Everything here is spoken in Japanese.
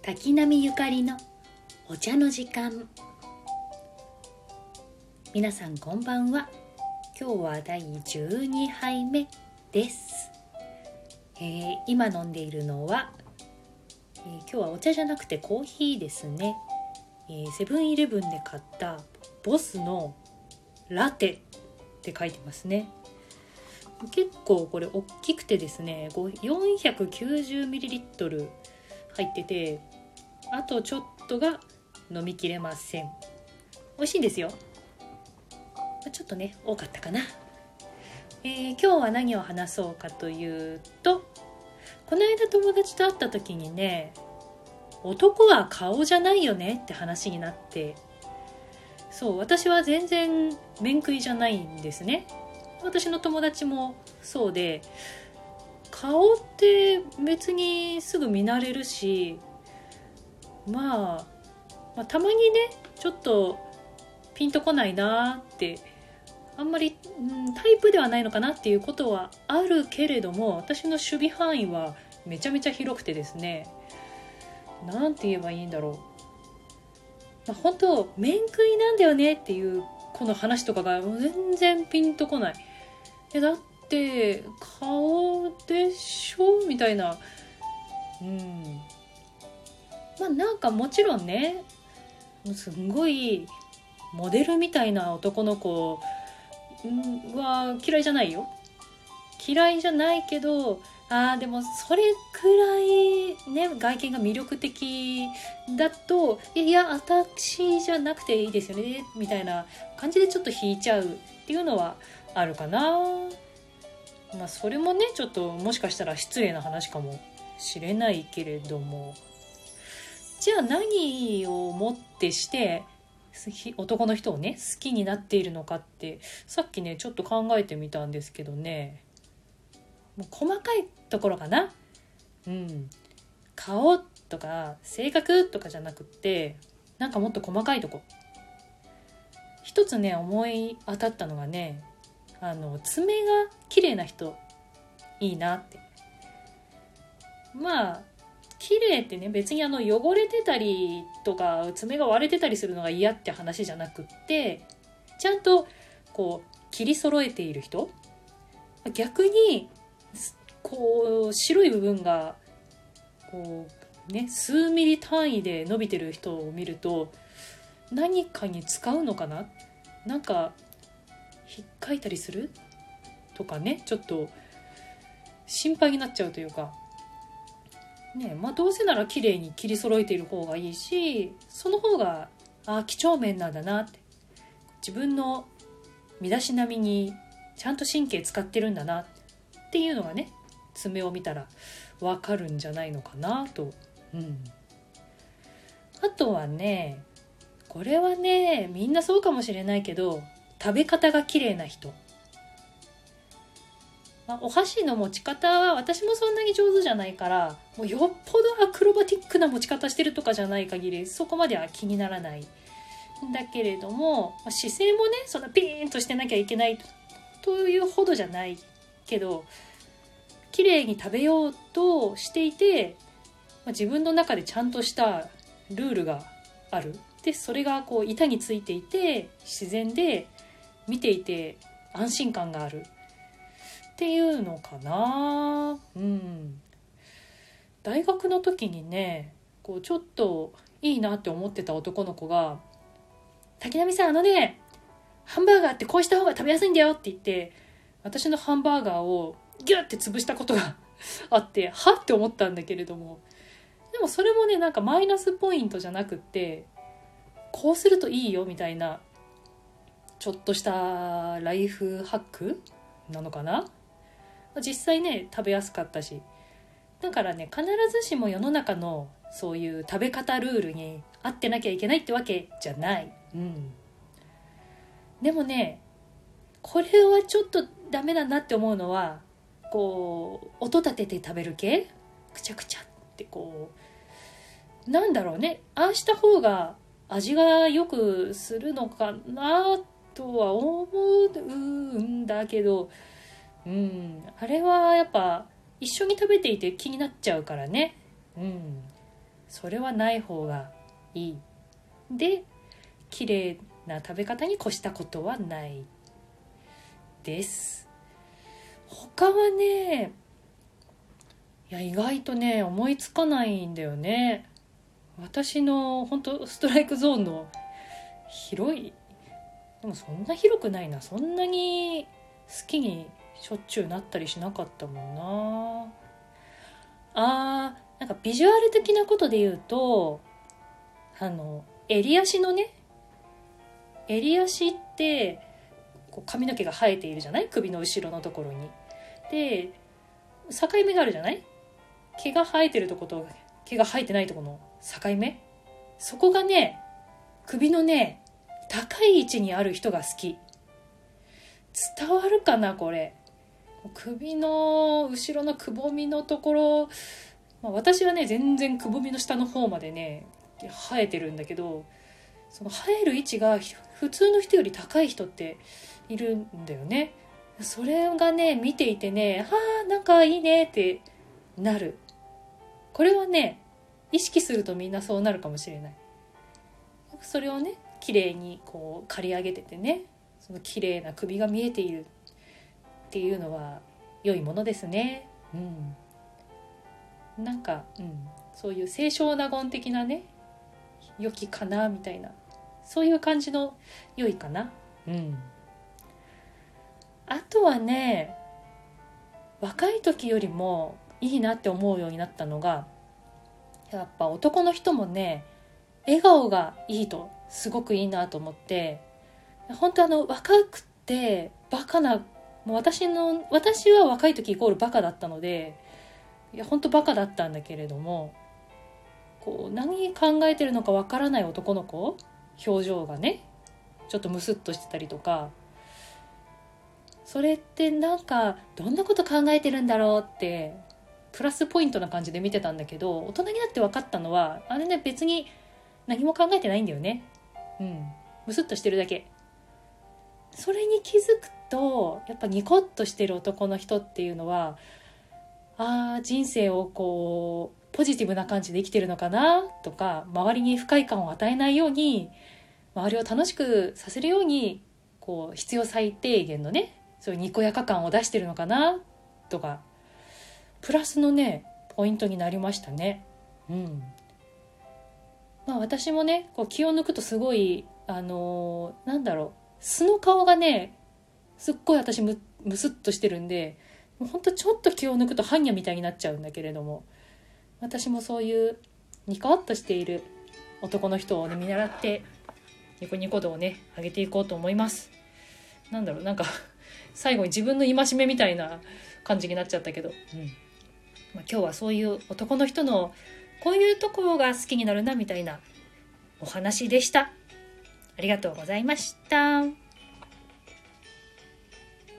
滝波ゆかりのお茶の時間。皆さんこんばんは。今日は第12杯目です。今飲んでいるのは、今日はお茶じゃなくてコーヒーですね。セブンイレブンで買ったボスのラテって書いてますね。結構これ大きくてですね、490ml 入ってて、あとちょっとが飲みきれません。美味しいんですよ。ちょっとね多かったかな。今日は何を話そうかというと、この間友達と会った時にね、男は顔じゃないよねって話になって、そう私は全然面食いじゃないんですね。私の友達もそうで、顔って別にすぐ見慣れるし、まあたまにねちょっとピンとこないなってあんまり、タイプではないのかなっていうことはあるけれども、私の守備範囲はめちゃめちゃ広くてですね、なんて言えばいいんだろう、本当面食いなんだよねっていうこの話とかが全然ピンとこない。だって顔でしょみたいな。なんかもちろんね、すんごいモデルみたいな男の子は嫌いじゃないよ。嫌いじゃないけど、でもそれくらいね外見が魅力的だと、いや私じゃなくていいですよねみたいな感じでちょっと引いちゃうっていうのはあるかな。それもねちょっともしかしたら失礼な話かもしれないけれども、じゃあ何をもってして男の人をね好きになっているのかって、さっきねちょっと考えてみたんですけどね、もう細かいところかな。顔とか性格とかじゃなくって、なんかもっと細かいとこ。一つね思い当たったのがね、爪が綺麗な人いいなって。綺麗ってね別に汚れてたりとか爪が割れてたりするのが嫌って話じゃなくって、ちゃんとこう切り揃えている人、逆にこう白い部分がこうね数ミリ単位で伸びてる人を見ると、何かに使うのかな、なんか引っかいたりするとかね、ちょっと心配になっちゃうというかね。どうせなら綺麗に切り揃えている方がいいし、その方が几帳面なんだなって、自分の身だしなみにちゃんと神経使ってるんだなっていうのがね、爪を見たらわかるんじゃないのかなと。あとはね、これはねみんなそうかもしれないけど、食べ方が綺麗な人。お箸の持ち方は私もそんなに上手じゃないから、もうよっぽどアクロバティックな持ち方してるとかじゃない限りそこまでは気にならないんだけれども、姿勢もねそんなピーンとしてなきゃいけないというほどじゃないけど、綺麗に食べようとしていて、自分の中でちゃんとしたルールがある。でそれがこう板についていて自然で見ていて安心感があるっていうのかな。大学の時にねこうちょっといいなって思ってた男の子が、滝波さんハンバーガーってこうした方が食べやすいんだよって言って、私のハンバーガーをギュッて潰したことがあって、はって思ったんだけれども、でもそれもねなんかマイナスポイントじゃなくって、こうするといいよみたいなちょっとしたライフハックなのかな。実際ね食べやすかったし、だからね必ずしも世の中のそういう食べ方ルールに合ってなきゃいけないってわけじゃない。でもねこれはちょっとダメだなって思うのは、こう音立てて食べる系、くちゃくちゃってこうなんだろうね、ああした方が味がよくするのかなとは思うんだけど、あれはやっぱ一緒に食べていて気になっちゃうからね。 それはない方がいい。で、綺麗な食べ方に越したことはないです。他はね、いや意外とね思いつかないんだよね。私の本当ストライクゾーンの広い、でもそんな広くないな。そんなに好きにしょっちゅうなったりしなかったもんな。なんかビジュアル的なことで言うと、襟足のね、襟足ってこう髪の毛が生えているじゃない？首の後ろのところに。で、境目があるじゃない？毛が生えてるとこと毛が生えてないとこの境目、そこがね、首のね高い位置にある人が好き。伝わるかなこれ。首の後ろのくぼみのところ、私はね全然くぼみの下の方までね生えてるんだけど、その生える位置が普通の人より高い人っているんだよね。それがね見ていてね、なんかいいねってなる。これはね意識するとみんなそうなるかもしれない。それをね綺麗にこう刈り上げててね、その綺麗な首が見えているっていうのは良いものですね。なんか、そういう清少納言的なね良きかなみたいな、そういう感じの良いかな。あとはね、若い時よりもいいなって思うようになったのが、やっぱ男の人もね笑顔がいいとすごくいいなと思って、本当若くてバカな、もう私は若い時イコールバカだったので、いや本当バカだったんだけれども、こう何考えてるのかわからない男の子、表情がねちょっとムスッとしてたりとか、それってなんかどんなこと考えてるんだろうってプラスポイントな感じで見てたんだけど、大人になって分かったのは、あれね別に何も考えてないんだよね。ムスッとしてるだけ。それに気づくと、やっぱニコッとしてる男の人っていうのは、人生をこうポジティブな感じで生きてるのかなとか、周りに不快感を与えないように、周りを楽しくさせるように、こう必要最低限のね、そういうにこやか感を出してるのかなとか、プラスのねポイントになりましたね。私もねこう気を抜くとすごい素の顔がねすっごい私ムスッとしてるんで、もうほんとちょっと気を抜くと般若みたいになっちゃうんだけれども、私もそういうニコッとしている男の人をね見習ってニコニコ度をね上げていこうと思います。なんか最後に自分の戒めみたいな感じになっちゃったけど、今日はそういう男の人のこういうところが好きになるなみたいなお話でした。ありがとうございました。